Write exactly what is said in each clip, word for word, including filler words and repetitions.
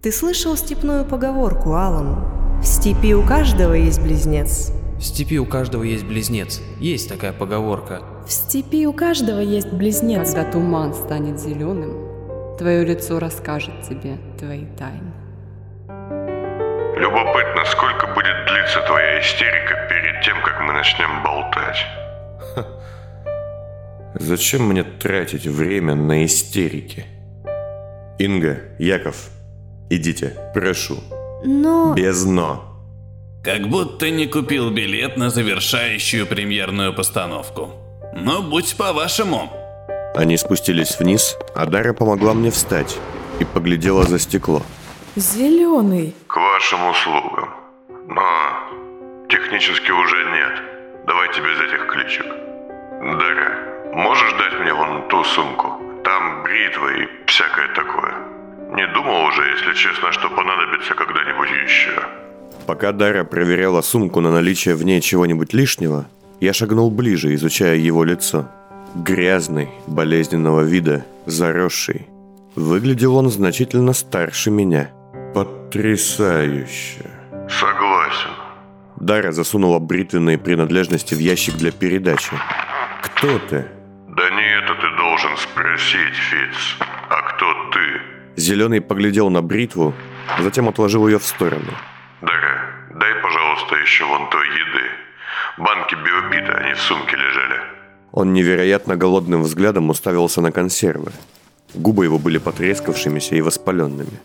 Ты слышал степную поговорку, Алан? В степи у каждого есть близнец. В степи у каждого есть близнец. Есть такая поговорка. В степи у каждого есть близнец. Когда туман станет зеленым, твое лицо расскажет тебе твои тайны. Любопытно, сколько будет длиться твоя истерика перед тем, как мы начнем болтать? Ха. Зачем мне тратить время на истерики? Инга, Яков, идите, прошу. Но... Без «но». Как будто не купил билет на завершающую премьерную постановку. Но будь по-вашему. Они спустились вниз, а Дара помогла мне встать и поглядела за стекло. Зеленый. К вашим услугам. Но технически уже нет. Давайте без этих кличек. Дарья, можешь дать мне вон ту сумку? Там бритвы и всякое такое. Не думал уже, если честно, что понадобится когда-нибудь еще. Пока Дара проверяла сумку на наличие в ней чего-нибудь лишнего, я шагнул ближе, изучая его лицо. Грязный, болезненного вида, заросший. Выглядел он значительно старше меня. Потрясающе. Согласен. Дара засунула бритвенные принадлежности в ящик для передачи. Кто ты? Да не это ты должен спросить, Фиц. А кто ты? Зеленый поглядел на бритву, затем отложил ее в сторону. Дарья, дай, пожалуйста, еще вон той еды. Банки биопита, они в сумке лежали. Он невероятно голодным взглядом уставился на консервы. Губы его были потрескавшимися и воспаленными.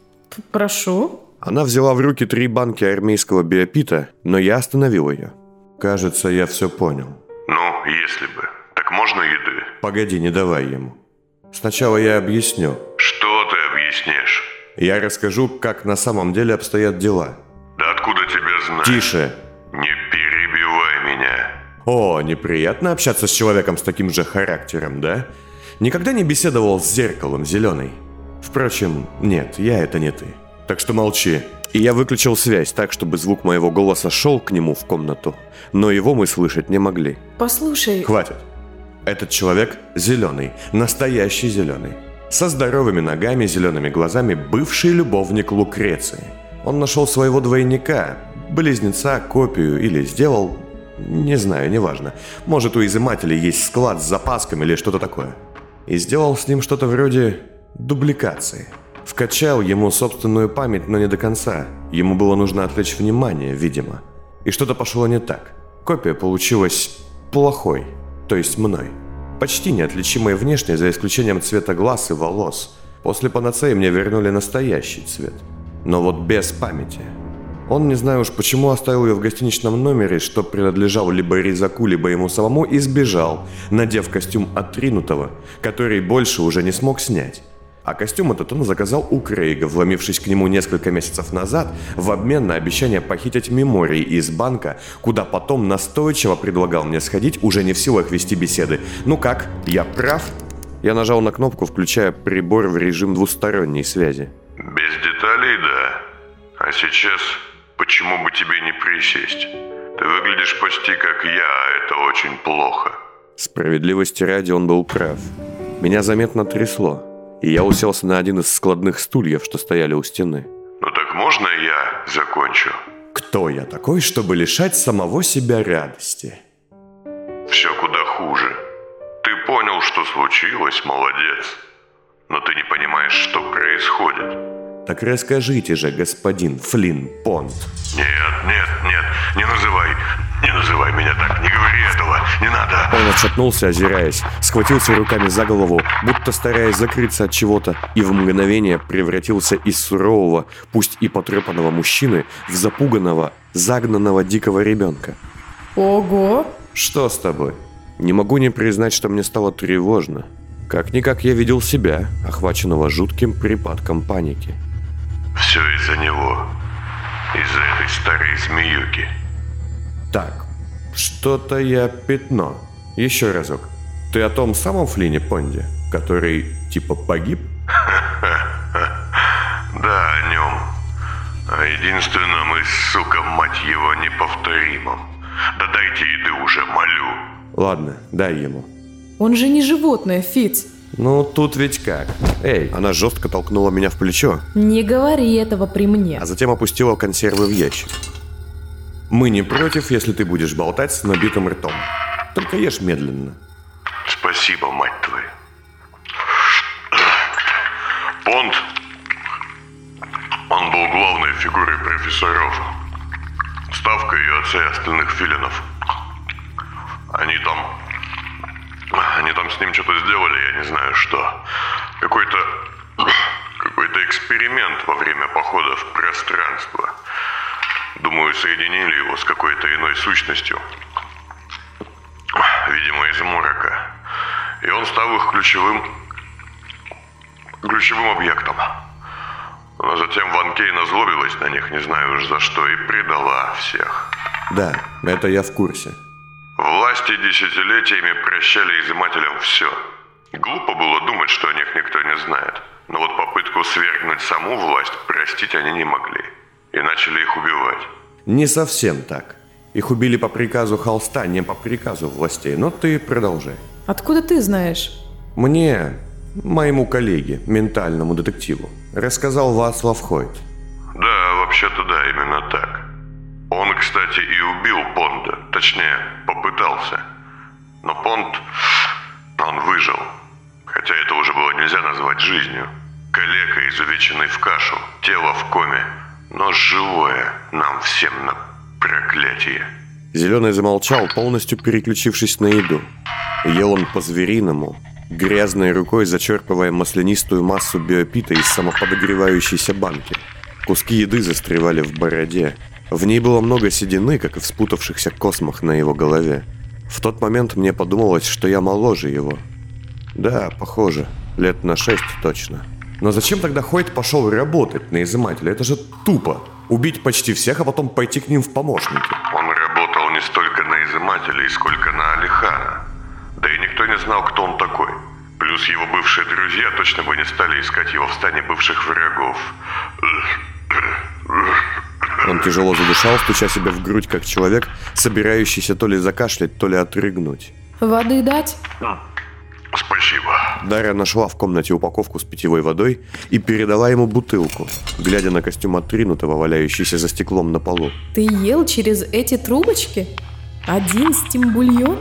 Прошу. Она взяла в руки три банки армейского биопита, но я остановил ее. Кажется, я все понял. Ну, если бы. Так можно еды? Погоди, не давай ему. Сначала я объясню. Что ты объяснишь? Я расскажу, как на самом деле обстоят дела. Да откуда тебя знать? Тише. Не перебивай меня. О, неприятно общаться с человеком с таким же характером, да? Никогда не беседовал с зеркалом, Зеленый? Впрочем, нет, я это не ты. Так что молчи. И я выключил связь так, чтобы звук моего голоса шел к нему в комнату, но его мы слышать не могли. Послушай... Хватит. Этот человек зеленый, настоящий зеленый. Со здоровыми ногами, зелеными глазами, бывший любовник Лукреции. Он нашел своего двойника, близнеца, копию или сделал... Не знаю, неважно. Может, у изымателей есть склад с запасками или что-то такое. И сделал с ним что-то вроде дубликации. Вкачал ему собственную память, но не до конца. Ему было нужно отвлечь внимание, видимо. И что-то пошло не так. Копия получилась плохой, то есть мной. Почти неотличимой внешне, за исключением цвета глаз и волос. После панацеи мне вернули настоящий цвет. Но вот без памяти. Он, не знаю уж почему, оставил ее в гостиничном номере, что принадлежал либо Резаку, либо ему самому, и сбежал, надев костюм отринутого, который больше уже не смог снять. А костюм этот он заказал у Крейга, вломившись к нему несколько месяцев назад в обмен на обещание похитить мемории из банка, куда потом настойчиво предлагал мне сходить, уже не в силах вести беседы. Ну как, я прав? Я нажал на кнопку, включая прибор в режим двусторонней связи. Без деталей, да. А сейчас, почему бы тебе не присесть? Ты выглядишь почти как я, а это очень плохо. Справедливости ради, он был прав. Меня заметно трясло. И я уселся на один из складных стульев, что стояли у стены. Ну так можно я закончу? Кто я такой, чтобы лишать самого себя радости? Все куда хуже. Ты понял, что случилось, молодец. Но ты не понимаешь, что происходит. Так расскажите же, господин Флинн Понт. Нет, нет, нет, не называй, не называй меня так, не говори этого, не надо. Он отшатнулся, озираясь, схватился руками за голову, будто стараясь закрыться от чего-то, и в мгновение превратился из сурового, пусть и потрепанного мужчины в запуганного, загнанного дикого ребенка. Ого! Что с тобой? Не могу не признать, что мне стало тревожно. Как-никак я видел себя, охваченного жутким припадком паники. Все из-за него. Из-за этой старой змеюки. Так, что-то я пятно. Еще разок. Ты о том самом Флине Понде, который типа погиб? Да, о нем. О единственном и, сука, мать его, неповторимом. Да дайте еды уже, молю. Ладно, дай ему. Он же не животное, Фиц. Ну, тут ведь как? Эй, она жестко толкнула меня в плечо, Не говори этого при мне. а затем опустила консервы в ящик. Мы не против, если ты будешь болтать с набитым ртом. Только ешь медленно. Спасибо, мать твою. Понт, он был главной фигурой профессоров. Ставка и отца остальных филинов. Они там... Они там с ним что-то сделали, я не знаю что. Какой-то... Какой-то эксперимент во время похода в пространство. Думаю, соединили его с какой-то иной сущностью. Видимо, из морока. И он стал их ключевым... ключевым объектом. Но затем Ван Кейн озлобилась на них, не знаю уж за что, и предала всех. Да, это я в курсе. Власти десятилетиями прощали изымателям все. Глупо было думать, что о них никто не знает. Но вот попытку свергнуть саму власть простить они не могли. И начали их убивать. Не совсем так. Их убили по приказу Холста, не по приказу властей. Но ты продолжай. Откуда ты знаешь? Мне, моему коллеге, ментальному детективу, рассказал Вацлав Хойт. Да, вообще-то да, именно так. Он, кстати, и убил Понда. Точнее, попытался. Но Понд, он выжил. Хотя это уже было нельзя назвать жизнью. Калека, изувеченный в кашу, тело в коме. Но живое нам всем на проклятие. Зеленый замолчал, полностью переключившись на еду. Ел он по-звериному, грязной рукой зачерпывая маслянистую массу биопита из самоподогревающейся банки. Куски еды застревали в бороде. В ней было много седины, как и в спутавшихся космах на его голове. В тот момент мне подумалось, что я моложе его. Да, похоже, лет на шесть точно. Но зачем тогда Хойт пошел работать на изымателя? Это же тупо. Убить почти всех, а потом пойти к ним в помощники. Он работал не столько на изымателей, сколько на Алихана. Да и никто не знал, кто он такой. Плюс его бывшие друзья точно бы не стали искать его в стане бывших врагов. Он тяжело задышал, стуча себя в грудь, как человек, собирающийся то ли закашлять, то ли отрыгнуть. Воды дать? Спасибо. Дарья нашла в комнате упаковку с питьевой водой и передала ему бутылку, глядя на костюм отринутого, валяющийся за стеклом на полу. Ты ел через эти трубочки? Один стимбульон?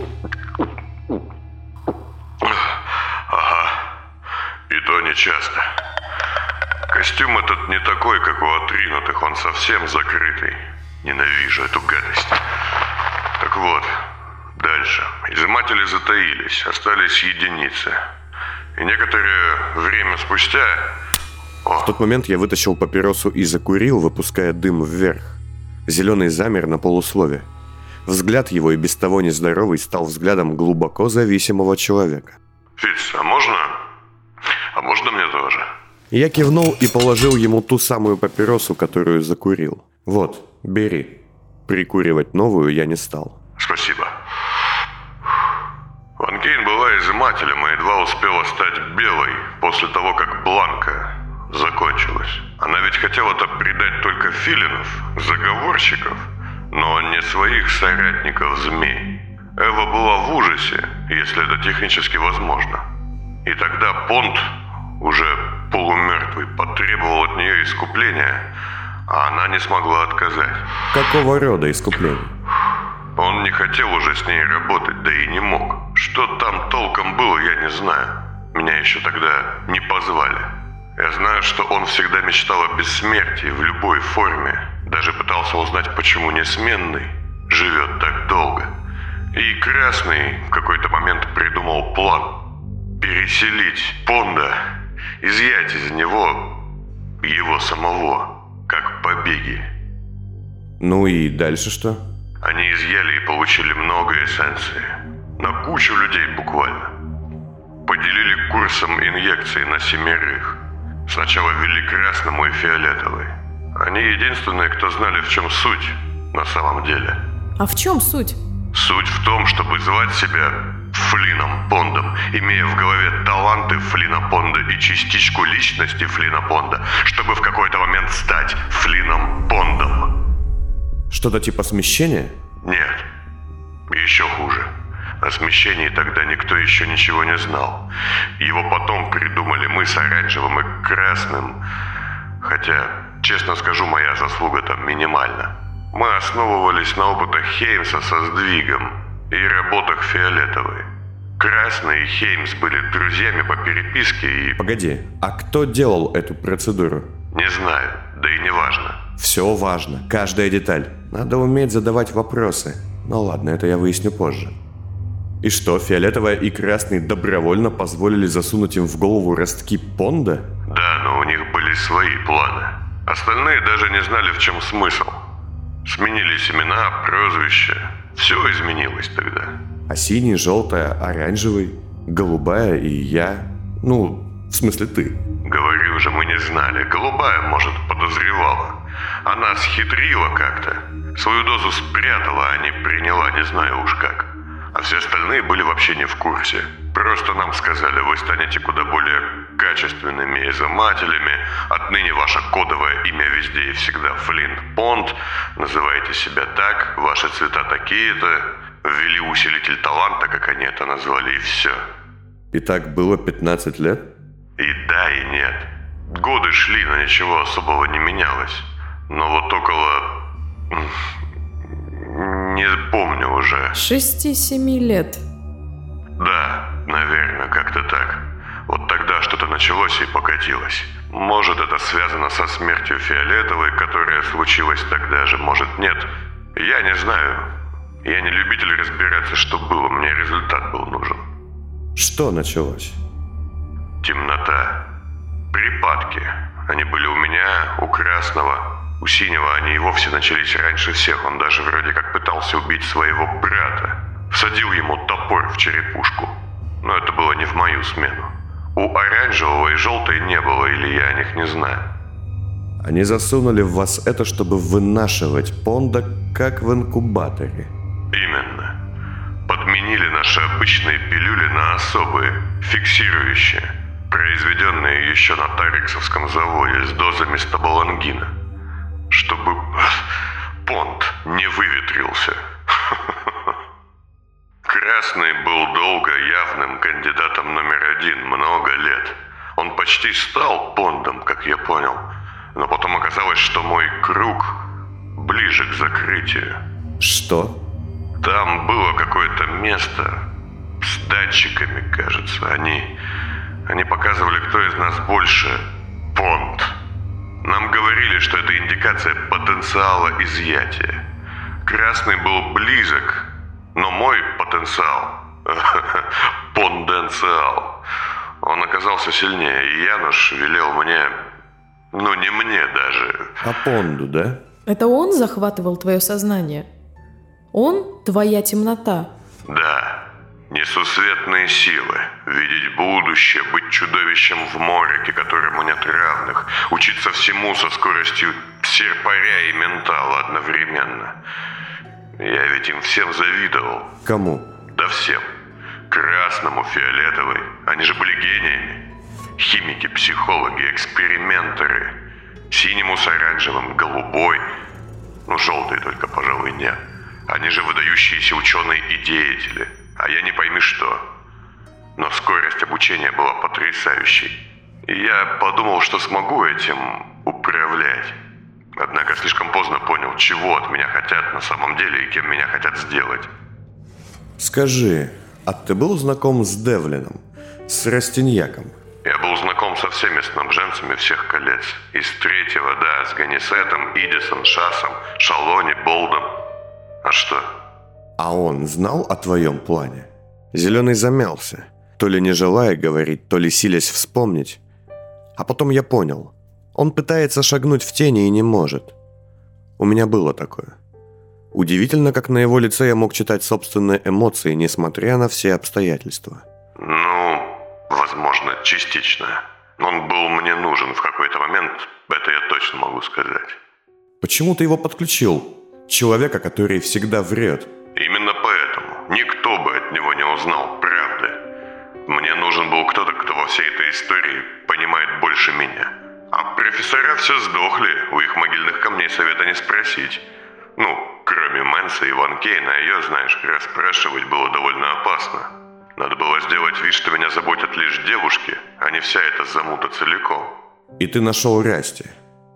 Ага. И то не часто. Костюм этот не такой, как у отринутых, он совсем закрытый. Ненавижу эту гадость. Так вот, дальше. Изыматели затаились, остались единицы. И некоторое время спустя... О. В тот момент я вытащил папиросу и закурил, выпуская дым вверх. Зеленый замер на полуслове. Взгляд его, и без того нездоровый, стал взглядом глубоко зависимого человека. Фиц, а можно... А можно мне тоже? Я кивнул и положил ему ту самую папиросу, которую закурил. Вот, бери. Прикуривать новую я не стал. Спасибо. Ван Кейн была изымателем и едва успела стать белой после того, как Бланка закончилась. Она ведь хотела-то предать только филинов, заговорщиков, но не своих соратников-змей. Эва была в ужасе, если это технически возможно. И тогда Понт, уже полумертвый, потребовал от нее искупления, а она не смогла отказать. Какого рода искупление? Он не хотел уже с ней работать, да и не мог. Что там толком было, я не знаю. Меня еще тогда не позвали. Я знаю, что он всегда мечтал о бессмертии в любой форме. Даже пытался узнать, почему Несменный живет так долго. И Красный в какой-то момент придумал план. Переселить Понда, изъять из него его самого, как побеги. Ну и дальше что? Они изъяли и получили много эссенции. На кучу людей буквально. Поделили курсом инъекций на семерых. Сначала ввели Красному и Фиолетовой. Они единственные, кто знали, в чем суть на самом деле. А в чем суть? Суть в том, чтобы звать себя Флином Пондом, имея в голове таланты Флина Понда и частичку личности Флина Понда, чтобы в какой-то момент стать Флином Пондом. Что-то типа смещения? Нет, еще хуже. О смещении тогда никто еще ничего не знал. Его потом придумали мы с оранжевым и красным. Хотя, честно скажу, моя заслуга там минимальна. Мы основывались на опытах Хеймса со сдвигом и работах фиолетовой. Красный и Хеймс были друзьями по переписке и... Погоди, а кто делал эту процедуру? Не знаю, да и не важно. Все важно, каждая деталь. Надо уметь задавать вопросы. Ну ладно, это я выясню позже. И что, фиолетовая и красный добровольно позволили засунуть им в голову ростки понда? Да, но у них были свои планы. Остальные даже не знали, в чем смысл. Сменились имена, прозвища. Все изменилось тогда. А синий, желтая, оранжевый, голубая и я... Ну, в смысле ты. Говорю же, мы не знали. Голубая, может, подозревала. Она схитрила как-то. Свою дозу спрятала, а не приняла, не знаю уж как. А все остальные были вообще не в курсе. Просто нам сказали, вы станете куда более качественными изымателями. Отныне ваше кодовое имя везде и всегда Флинт Понд. Называете себя так, ваши цвета такие-то. Ввели усилитель таланта, как они это назвали, и все. И так было пятнадцать лет? И да, и нет. Годы шли, но ничего особого не менялось. Но вот около... Не помню уже. Шести-семи лет. Да, наверное, как-то так. Вот тогда что-то началось и покатилось. Может, это связано со смертью фиолетовой, которая случилась тогда же, может, нет. Я не знаю. Я не любитель разбираться, что было. Мне результат был нужен. Что началось? Темнота. Припадки. Они были у меня, у красного. У синего они и вовсе начались раньше всех. Он даже вроде как пытался убить своего брата. Всадил ему топор в черепушку. Но это было не в мою смену. У оранжевого и желтой не было, или я о них не знаю. Они засунули в вас это, чтобы вынашивать понда, как в инкубаторе. Именно. Подменили наши обычные пилюли на особые, фиксирующие, произведенные еще на Тариксовском заводе с дозами стабалангина. Чтобы понт не выветрился. Красный был долго явным кандидатом номер один, много лет. Он почти стал пондом, как я понял. Но потом оказалось, что мой круг ближе к закрытию. Что? Там было какое-то место с датчиками, кажется. Они, они показывали, кто из нас больше понд. Нам говорили, что это индикация потенциала изъятия. Красный был близок, но мой потенциал, понденциал, он оказался сильнее, и Януш велел мне, ну не мне даже. А понду, да? Это он захватывал твое сознание? Он твоя темнота? Да. Несусветные силы. Видеть будущее, быть чудовищем в мороке, которому нет равных. Учиться всему со скоростью серпаря и ментала одновременно. Я ведь им всем завидовал. Кому? Да всем. Красному, фиолетовой. Они же были гениями. Химики, психологи, экспериментеры. Синему с оранжевым, голубой. Ну, желтый только, пожалуй, нет. Они же выдающиеся ученые и деятели. А я не пойми что. Но скорость обучения была потрясающей. И я подумал, что смогу этим управлять. Однако слишком поздно понял, чего от меня хотят на самом деле и кем меня хотят сделать. Скажи, а ты был знаком с Девлином? С Растиньяком? Я был знаком со всеми снабженцами всех колец. Из третьего, да, с Ганисетом, Идисом, Шасом, Шалони, Болдом. А что? А он знал о твоем плане? Зеленый замялся, то ли не желая говорить, то ли силясь вспомнить. А потом я понял. Он пытается шагнуть в тени и не может. У меня было такое. Удивительно, как на его лице я мог читать собственные эмоции, несмотря на все обстоятельства. Ну, возможно, частично. Он был мне нужен в какой-то момент, это я точно могу сказать. Почему ты его подключил? Человека, который всегда врет. Именно поэтому. Никто бы от него не узнал правды. Мне нужен был кто-то, кто во всей этой истории понимает больше меня. А профессора все сдохли, у их могильных камней совета не спросить. Ну, Кроме Мэнса и Ван Кейна, ее, знаешь, расспрашивать было довольно опасно. Надо было сделать вид, что меня заботят лишь девушки, а не вся эта замута целиком. И ты нашел Расти?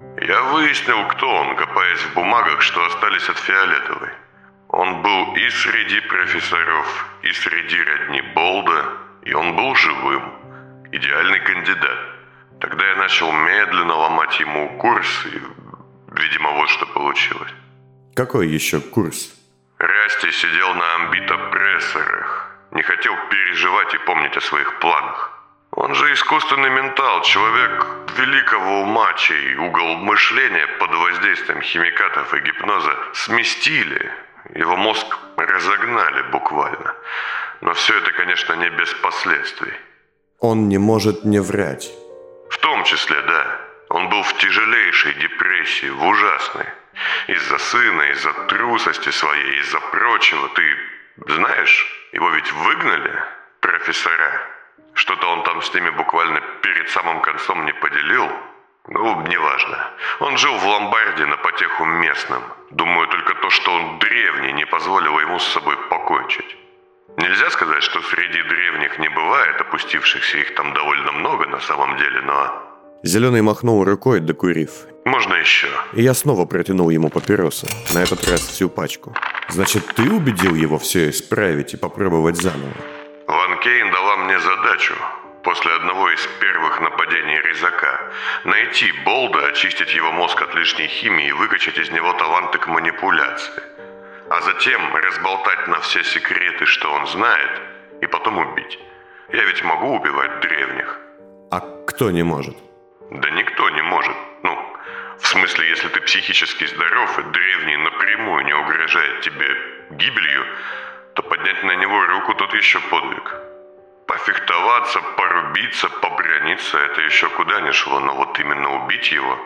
Я выяснил, кто он, копаясь в бумагах, что остались от Фиолетовой. Он был и среди профессоров, и среди родни Болда, и он был живым. Идеальный кандидат. Тогда я начал медленно ломать ему курс, и, видимо, вот что получилось. Какой еще курс? Расти сидел на амбитопрессорах. Не хотел переживать и помнить о своих планах. Он же искусственный ментал, человек великого ума, чей угол мышления под воздействием химикатов и гипноза сместили. Его мозг разогнали буквально. Но все это, конечно, не без последствий. Он не может не врать. В том числе, да. Он был в тяжелейшей депрессии, в ужасной. Из-за сына, из-за трусости своей, из-за прочего. Ты знаешь, его ведь выгнали, профессора. Что-то он там с ними буквально перед самым концом не поделил. Ну, неважно. Он жил в ломбарде на потеху местным. Думаю, только то, что он древний, не позволило ему с собой покончить. Нельзя сказать, что среди древних не бывает опустившихся, их там довольно много на самом деле, но... Зеленый махнул рукой, докурив. Можно еще? И я снова протянул ему папиросу, на этот раз всю пачку. Значит, ты убедил его все исправить и попробовать заново? Ван Кейн дала мне задачу, после одного из первых нападений Резака, найти Болда, очистить его мозг от лишней химии и выкачать из него таланты к манипуляции. А затем разболтать на все секреты, что он знает, и потом убить. Я ведь могу убивать древних. А кто не может? Да никто не может. Ну, в смысле, если ты психически здоров, и древний напрямую не угрожает тебе гибелью, то поднять на него руку тот еще подвиг. Пофехтоваться, порубиться, побраниться, это еще куда ни шло, но вот именно убить его,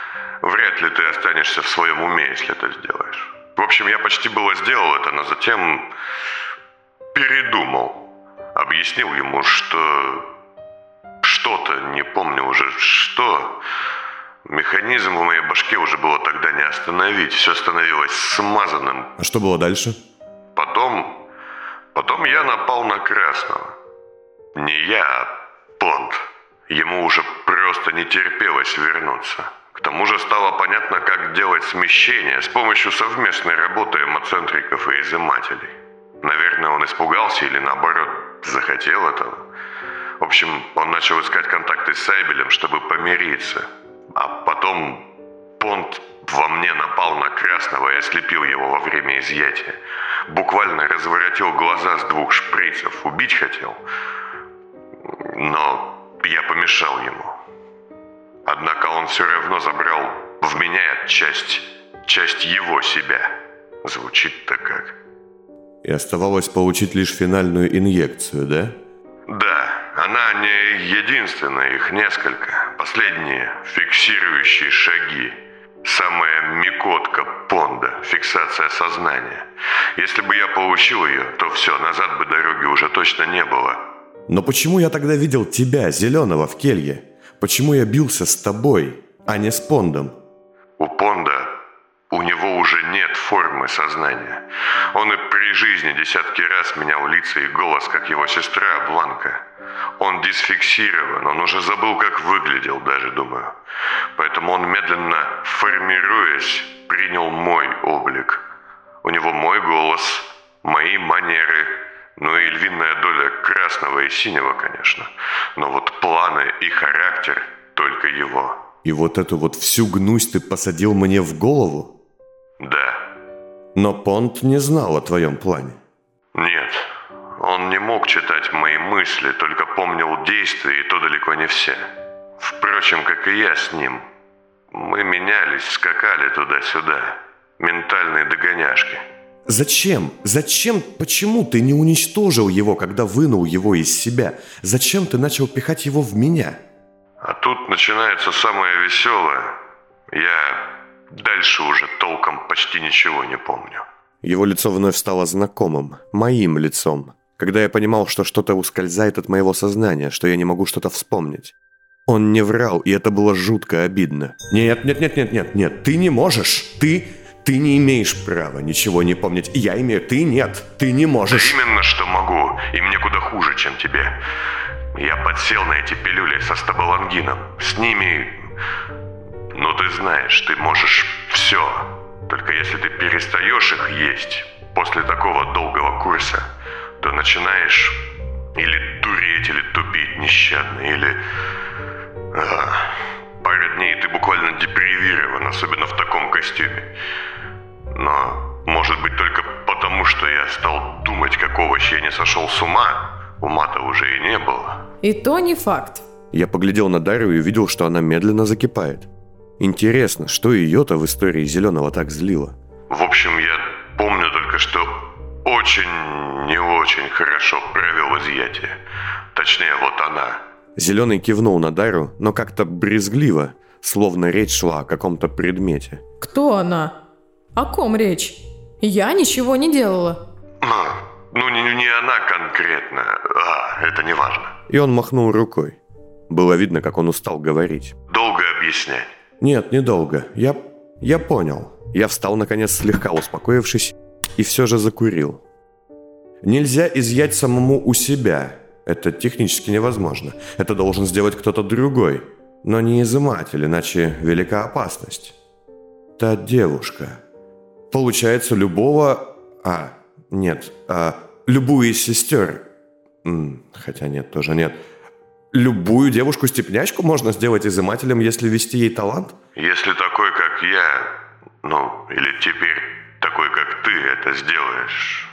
вряд ли ты останешься в своем уме, если это сделаешь. В общем, я почти было сделал это, но затем передумал. Объяснил ему, что... Что-то, не помню уже что. Механизм в моей башке уже было тогда не остановить. Все становилось смазанным. А что было дальше? Потом... Потом я напал на Красного. Не я, а Понт. Ему уже просто не терпелось вернуться. К тому же стало понятно, как делать смещение с помощью совместной работы эмоцентриков и изымателей. Наверное, он испугался или, наоборот, захотел этого. В общем, он начал искать контакты с Сайбелем, чтобы помириться. А потом Понт во мне напал на Красного и ослепил его во время изъятия. Буквально разворотил глаза с двух шприцев. Убить хотел. Но я помешал ему. Однако он все равно забрал в меня часть, часть его себя. Звучит-то как. И оставалось получить лишь финальную инъекцию, да? Да, она не единственная, их несколько. Последние фиксирующие шаги. Самая микотка Понда, фиксация сознания. Если бы я получил ее, то все, назад бы дороги уже точно не было. Но почему я тогда видел тебя, Зеленого, в келье? Почему я бился с тобой, а не с Пондом? У Понда, у него уже нет формы сознания. Он и при жизни десятки раз менял лица и голос, как его сестра Бланка. Он дисфиксирован, он уже забыл, как выглядел даже, думаю. Поэтому он, медленно формируясь, принял мой облик. У него мой голос, мои манеры, ну и львиная доля красного и синего, конечно. Но вот планы и характер только его. И вот эту вот всю гнусь ты посадил мне в голову? Да. Но Понт не знал о твоем плане. Нет. Он не мог читать мои мысли, только помнил действия, и то далеко не все. Впрочем, как и я с ним. Мы менялись, скакали туда-сюда. Ментальные догоняшки. Зачем? Зачем? Почему ты не уничтожил его, когда вынул его из себя? Зачем ты начал пихать его в меня? А тут начинается самое веселое. Я дальше уже толком почти ничего не помню. Его лицо вновь стало знакомым, моим лицом, когда я понимал, что что-то ускользает от моего сознания, что я не могу что-то вспомнить. Он не врал, и это было жутко обидно. Нет, нет, нет, нет, нет, нет, ты не можешь, ты... Ты не имеешь права ничего не помнить. Я имею, ты нет. Ты не можешь. Да именно что могу, и мне куда хуже, чем тебе. Я подсел на эти пилюли со стабалангином. С ними... Ну, ты знаешь, ты можешь все. Только если ты перестаешь их есть после такого долгого курса, то начинаешь или дуреть, или тупить нещадно, или... А, пара дней ты буквально депривирован, особенно в таком костюме. Но, может быть, только потому, что я стал думать, как овощ, я не сошел с ума. Ума-то уже и не было. И то не факт. Я поглядел на Дарью и увидел, что она медленно закипает. Интересно, что ее-то в истории Зеленого так злило? В общем, я помню только, что очень, не очень хорошо провел изъятие. Точнее, вот она. Зеленый кивнул на Дарью, но как-то брезгливо, словно речь шла о каком-то предмете. Кто она? О ком речь? Я ничего не делала. А, ну, не, не она конкретно. А, это не важно. И он махнул рукой. Было видно, как он устал говорить. Долго объяснять? Нет, недолго. Я... я понял. Я встал, наконец, слегка успокоившись, и все же закурил. Нельзя изъять самому у себя. Это технически невозможно. Это должен сделать кто-то другой. Но не изыматель, иначе велика опасность. Та девушка. Получается, любого... А, нет. А, любую из сестер... М, хотя нет, тоже нет. Любую девушку-степнячку можно сделать изымателем, если ввести ей талант? Если такой, как я, ну, или теперь такой, как ты, это сделаешь.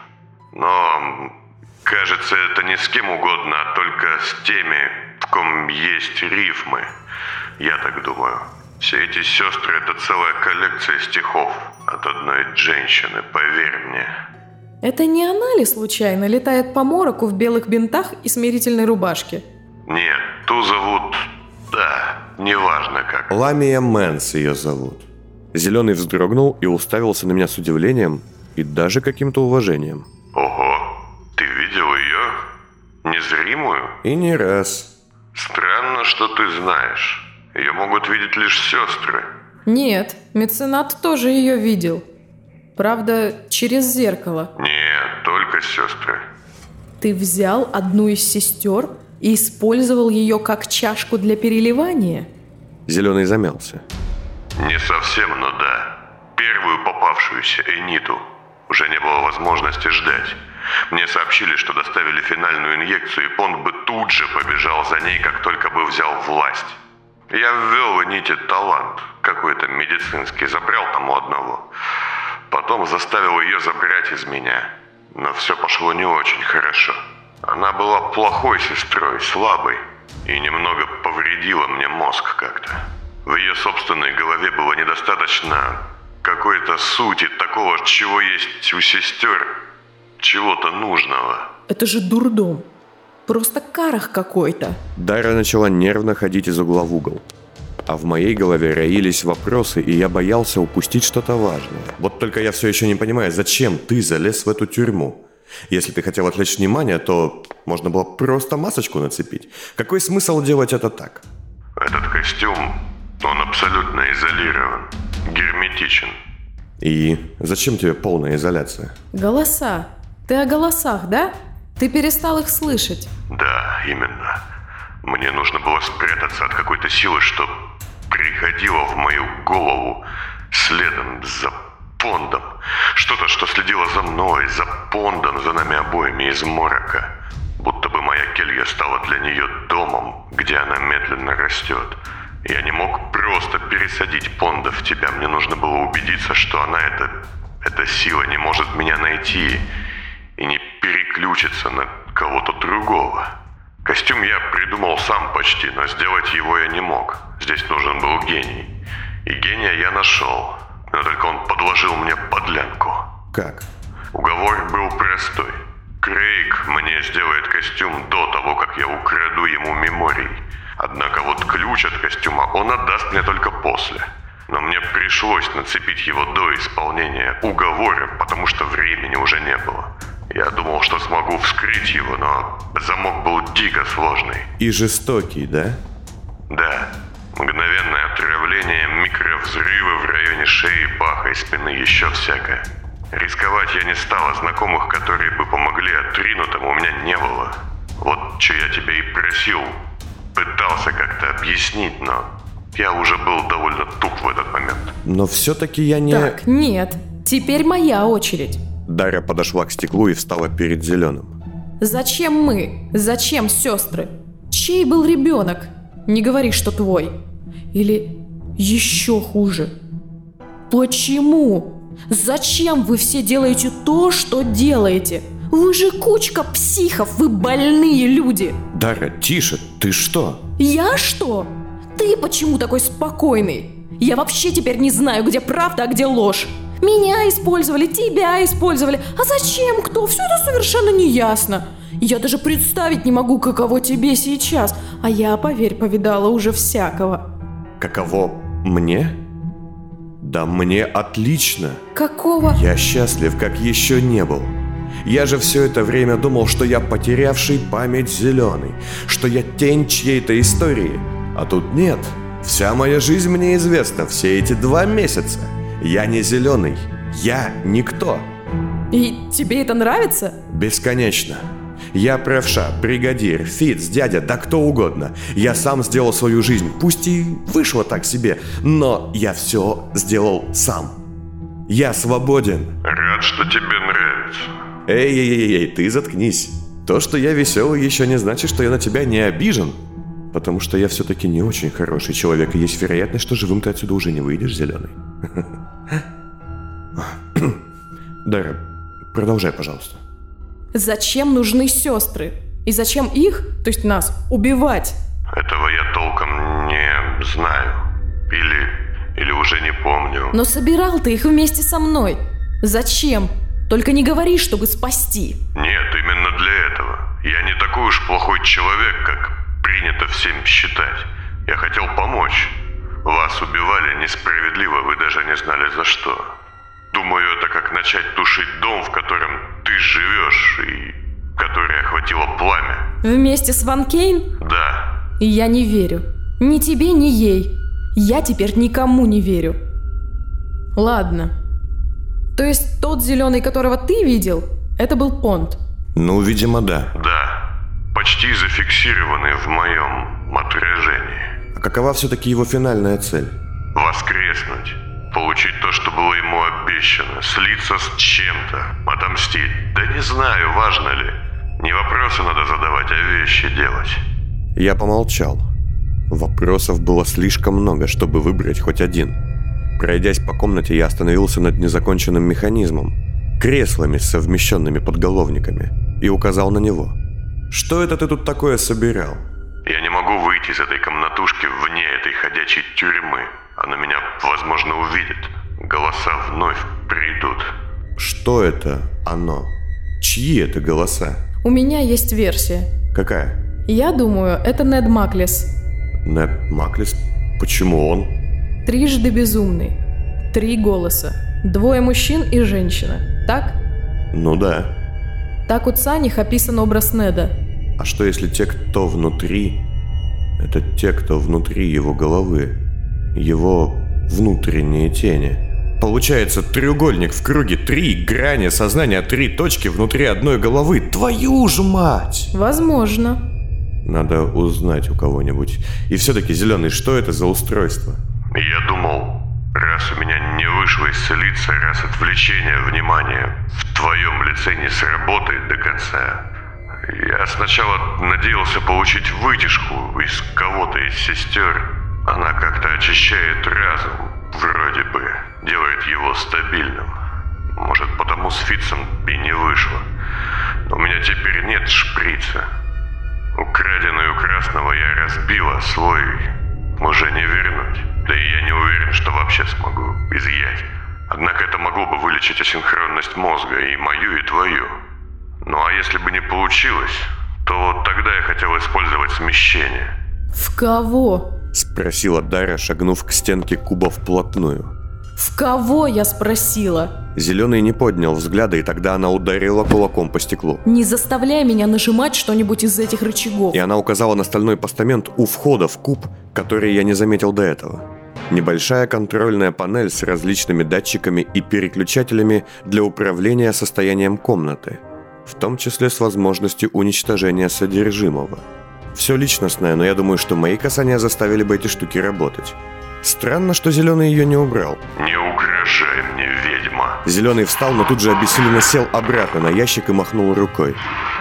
Но, кажется, это не с кем угодно, а только с теми, в ком есть рифмы. Я так думаю. Все эти сестры – это целая коллекция стихов от одной женщины, поверь мне. Это не она ли случайно летает по мороку в белых бинтах и смирительной рубашке? Нет, ту зовут... Да, неважно как. Ламия Мэнс ее зовут. Зеленый вздрогнул и уставился на меня с удивлением и даже каким-то уважением. Ого, ты видел ее? Незримую? И не раз. Странно, что ты знаешь. Ее могут видеть лишь сестры. Нет, меценат тоже ее видел. Правда, через зеркало. Нет, только сестры. Ты взял одну из сестер и использовал ее как чашку для переливания? Зеленый замялся. Не совсем, но да. Первую попавшуюся, Эниту, уже не было возможности ждать. Мне сообщили, что доставили финальную инъекцию, и Понт бы тут же побежал за ней, как только бы взял власть. Я ввел в Эните талант, какой-то медицинский, забрал там у одного. Потом заставил ее забрать из меня. Но все пошло не очень хорошо. Она была плохой сестрой, слабой, и немного повредила мне мозг как-то. В ее собственной голове было недостаточно какой-то сути, такого, чего есть у сестер, чего-то нужного. Это же дурдом. Просто карах какой-то. Дара начала нервно ходить из угла в угол. А в моей голове роились вопросы, и я боялся упустить что-то важное. Вот только я все еще не понимаю, зачем ты залез в эту тюрьму? Если ты хотел отвлечь внимание, то можно было просто масочку нацепить. Какой смысл делать это так? Этот костюм, он абсолютно изолирован, герметичен. И зачем тебе полная изоляция? Голоса. Ты о голосах, да? Ты перестал их слышать. Да, именно. Мне нужно было спрятаться от какой-то силы, что приходило в мою голову следом за Пондом. Что-то, что следило за мной, за Пондом, за нами обоими из морока. Будто бы моя келья стала для нее домом, где она медленно растет. Я не мог просто пересадить Понда в тебя. Мне нужно было убедиться, что она, эта, эта сила, не может меня найти и не переключится на кого-то другого. Костюм я придумал сам почти, но сделать его я не мог. Здесь нужен был гений. И гения я нашел, но только он подложил мне подлянку. Как? Уговор был простой. Крейг мне сделает костюм до того, как я украду ему меморий. Однако вот ключ от костюма он отдаст мне только после. Но мне пришлось нацепить его до исполнения уговора, потому что времени уже не было. Я думал, что смогу вскрыть его, но замок был дико сложный. И жестокий, да? Да. Мгновенное отравление, микровзрывы в районе болезни шеи, паха и спины, еще всякое. Рисковать я не стал, а знакомых, которые бы помогли отринутым, у меня не было. Вот что я тебя и просил. Пытался как-то объяснить, но я уже был довольно туп в этот момент. Но все-таки я не... Так, нет. Теперь моя очередь. Дарья подошла к стеклу и встала перед Зеленым. Зачем мы? Зачем сестры? Чей был ребенок? Не говори, что твой. Или еще хуже. Почему? Зачем вы все делаете то, что делаете? Вы же кучка психов, вы больные люди. Дарья, тише, ты что? Я что? Ты почему такой спокойный? Я вообще теперь не знаю, где правда, а где ложь. Меня использовали, тебя использовали. А зачем, кто? Все это совершенно неясно. Я даже представить не могу, каково тебе сейчас. А я, поверь, повидала уже всякого. Каково мне? Да мне отлично. Какого? Я счастлив, как еще не был. Я же все это время думал, что я потерявший память Зеленый, что я тень чьей-то истории. А тут нет. Вся моя жизнь мне известна все эти два месяца. Я не Зеленый. Я никто. И тебе это нравится? Бесконечно. Я правша, бригадир, Фиц, дядя, да кто угодно. Я сам сделал свою жизнь, пусть и вышло так себе, но я все сделал сам. Я свободен. Рад, что тебе нравится. Эй-эй-эй, ты заткнись. То, что я веселый, еще не значит, что я на тебя не обижен. Потому что я все-таки не очень хороший человек, и есть вероятность, что живым ты отсюда уже не выйдешь, Зеленый. Дара, продолжай, пожалуйста. Зачем нужны сестры? И зачем их, то есть нас, убивать? Этого я толком не знаю. Или, или уже не помню. Но собирал ты их вместе со мной. Зачем? Только не говори, чтобы спасти. Нет, именно для этого. Я не такой уж плохой человек, как принято всем считать. Я хотел помочь. Вас убивали несправедливо, вы даже не знали за что. Думаю, это как начать тушить дом, в котором ты живешь, и который охватило пламя. Вместе с Ван Кейн? Да. Я не верю. Ни тебе, ни ей. Я теперь никому не верю. Ладно. То есть тот Зеленый, которого ты видел, это был Понт? Ну, видимо, да. Да. Почти зафиксированный в моем отражении. А какова все-таки его финальная цель? Воскреснуть. Получить то, что было ему обещано. Слиться с чем-то. Отомстить. Да не знаю, важно ли. Не вопросы надо задавать, а вещи делать. Я помолчал. Вопросов было слишком много, чтобы выбрать хоть один. Пройдясь по комнате, я остановился над незаконченным механизмом, креслами с совмещенными подголовниками, и указал на него. «Что это ты тут такое собирал?» Я не могу выйти из этой комнатушки вне этой ходячей тюрьмы. Она меня, возможно, увидит. Голоса вновь придут. Что это оно? Чьи это голоса? У меня есть версия. Какая? Я думаю, это Нед Маклис. Нед Маклис? Почему он? Трижды безумный. Три голоса. Двое мужчин и женщина. Так? Ну да. Так у Цанних описан образ Неда. А что если те, кто внутри, это те, кто внутри его головы? Его внутренние тени. Получается треугольник в круге, три грани сознания, три точки внутри одной головы. Твою ж мать! Возможно. Надо узнать у кого-нибудь. И все-таки, Зеленый, что это за устройство? Я думал, раз у меня не вышло исцелиться, раз отвлечение внимания в твоем лице не сработает до конца, я сначала надеялся получить вытяжку из кого-то из сестер. Она как-то очищает разум, вроде бы, делает его стабильным. Может, потому с Фитцем и не вышло. Но у меня теперь нет шприца. Украденный у Красного я разбил, а свой уже не вернуть. Да и я не уверен, что вообще смогу изъять. Однако это могло бы вылечить асинхронность мозга, и мою, и твою. Ну а если бы не получилось, то вот тогда я хотел использовать смещение. В кого? Спросила Дара, шагнув к стенке куба вплотную. В кого, я спросила? Зеленый не поднял взгляда, и тогда она ударила кулаком по стеклу. Не заставляй меня нажимать что-нибудь из этих рычагов. И она указала на стальной постамент у входа в куб, который я не заметил до этого. Небольшая контрольная панель с различными датчиками и переключателями для управления состоянием комнаты, в том числе с возможностью уничтожения содержимого. Все личностное, но я думаю, что мои касания заставили бы эти штуки работать. Странно, что Зеленый ее не убрал. Не угрожай мне, ведьма. Зеленый встал, но тут же обессиленно сел обратно на ящик и махнул рукой.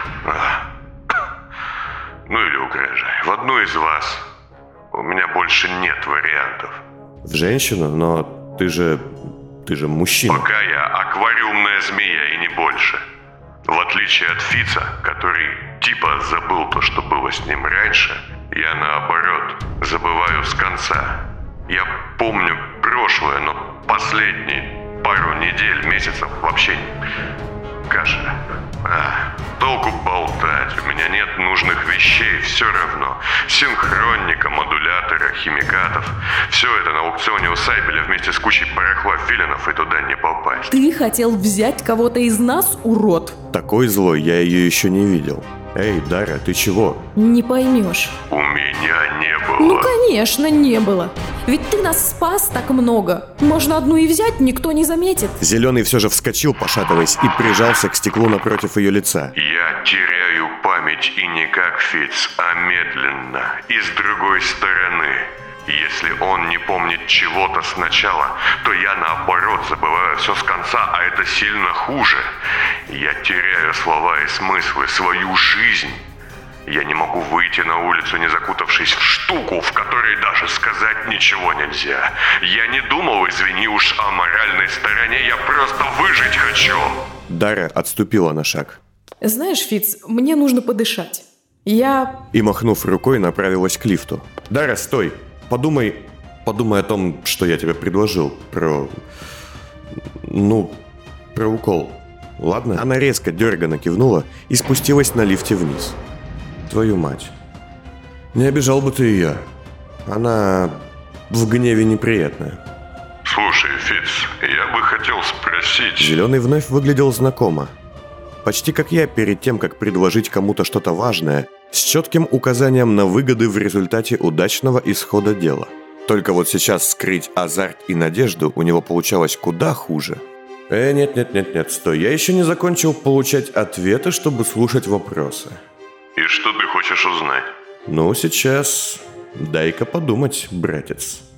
Ну или угрожай. В одну из вас. У меня больше нет вариантов. В женщину? Но ты же... ты же мужчина. Пока я аквариумная змея и не больше. В отличие от Фица, который типа забыл то, что было с ним раньше, я наоборот забываю с конца. Я помню прошлое, но последние пару недель, месяцев вообще каша. А, толку болтать, у меня нет нужных вещей, все равно. Синхронника, модулятора, химикатов. Все это на аукционе у Сайбеля вместе с кучей барахла филинов, и туда не попасть. Ты хотел взять кого-то из нас, урод? Такой злой я ее еще не видел. Эй, Дара, ты чего? Не поймешь. У меня не было. Ну, конечно, не было. Ведь ты нас спас так много. Можно одну и взять, никто не заметит. Зеленый все же вскочил, пошатываясь, и прижался к стеклу напротив ее лица. Я теряю память и не как Фиц, а медленно, и с другой стороны. Если он не помнит чего-то сначала, то я наоборот забываю все с конца, а это сильно хуже. Я теряю слова и смыслы, свою жизнь. Я не могу выйти на улицу, не закутавшись в штуку, в которой даже сказать ничего нельзя. Я не думал, извини уж, о моральной стороне, я просто выжить хочу. Дара отступила на шаг. Знаешь, Фиц, мне нужно подышать. Я... И, махнув рукой, направилась к лифту. Дара, стой! Подумай, подумай о том, что я тебе предложил. Про... Ну, про укол. Ладно? Она резко дерганно кивнула и спустилась на лифте вниз. Твою мать. Не обижал бы ты ее. Она в гневе неприятная. Слушай, Фиц, я бы хотел спросить... Зеленый вновь выглядел знакомо. Почти как я перед тем, как предложить кому-то что-то важное, с четким указанием на выгоды в результате удачного исхода дела. Только вот сейчас скрыть азарт и надежду у него получалось куда хуже. Э, нет-нет-нет-нет, стой, я еще не закончил получать ответы, чтобы слушать вопросы. И что ты хочешь узнать? Ну, сейчас дай-ка подумать, братец.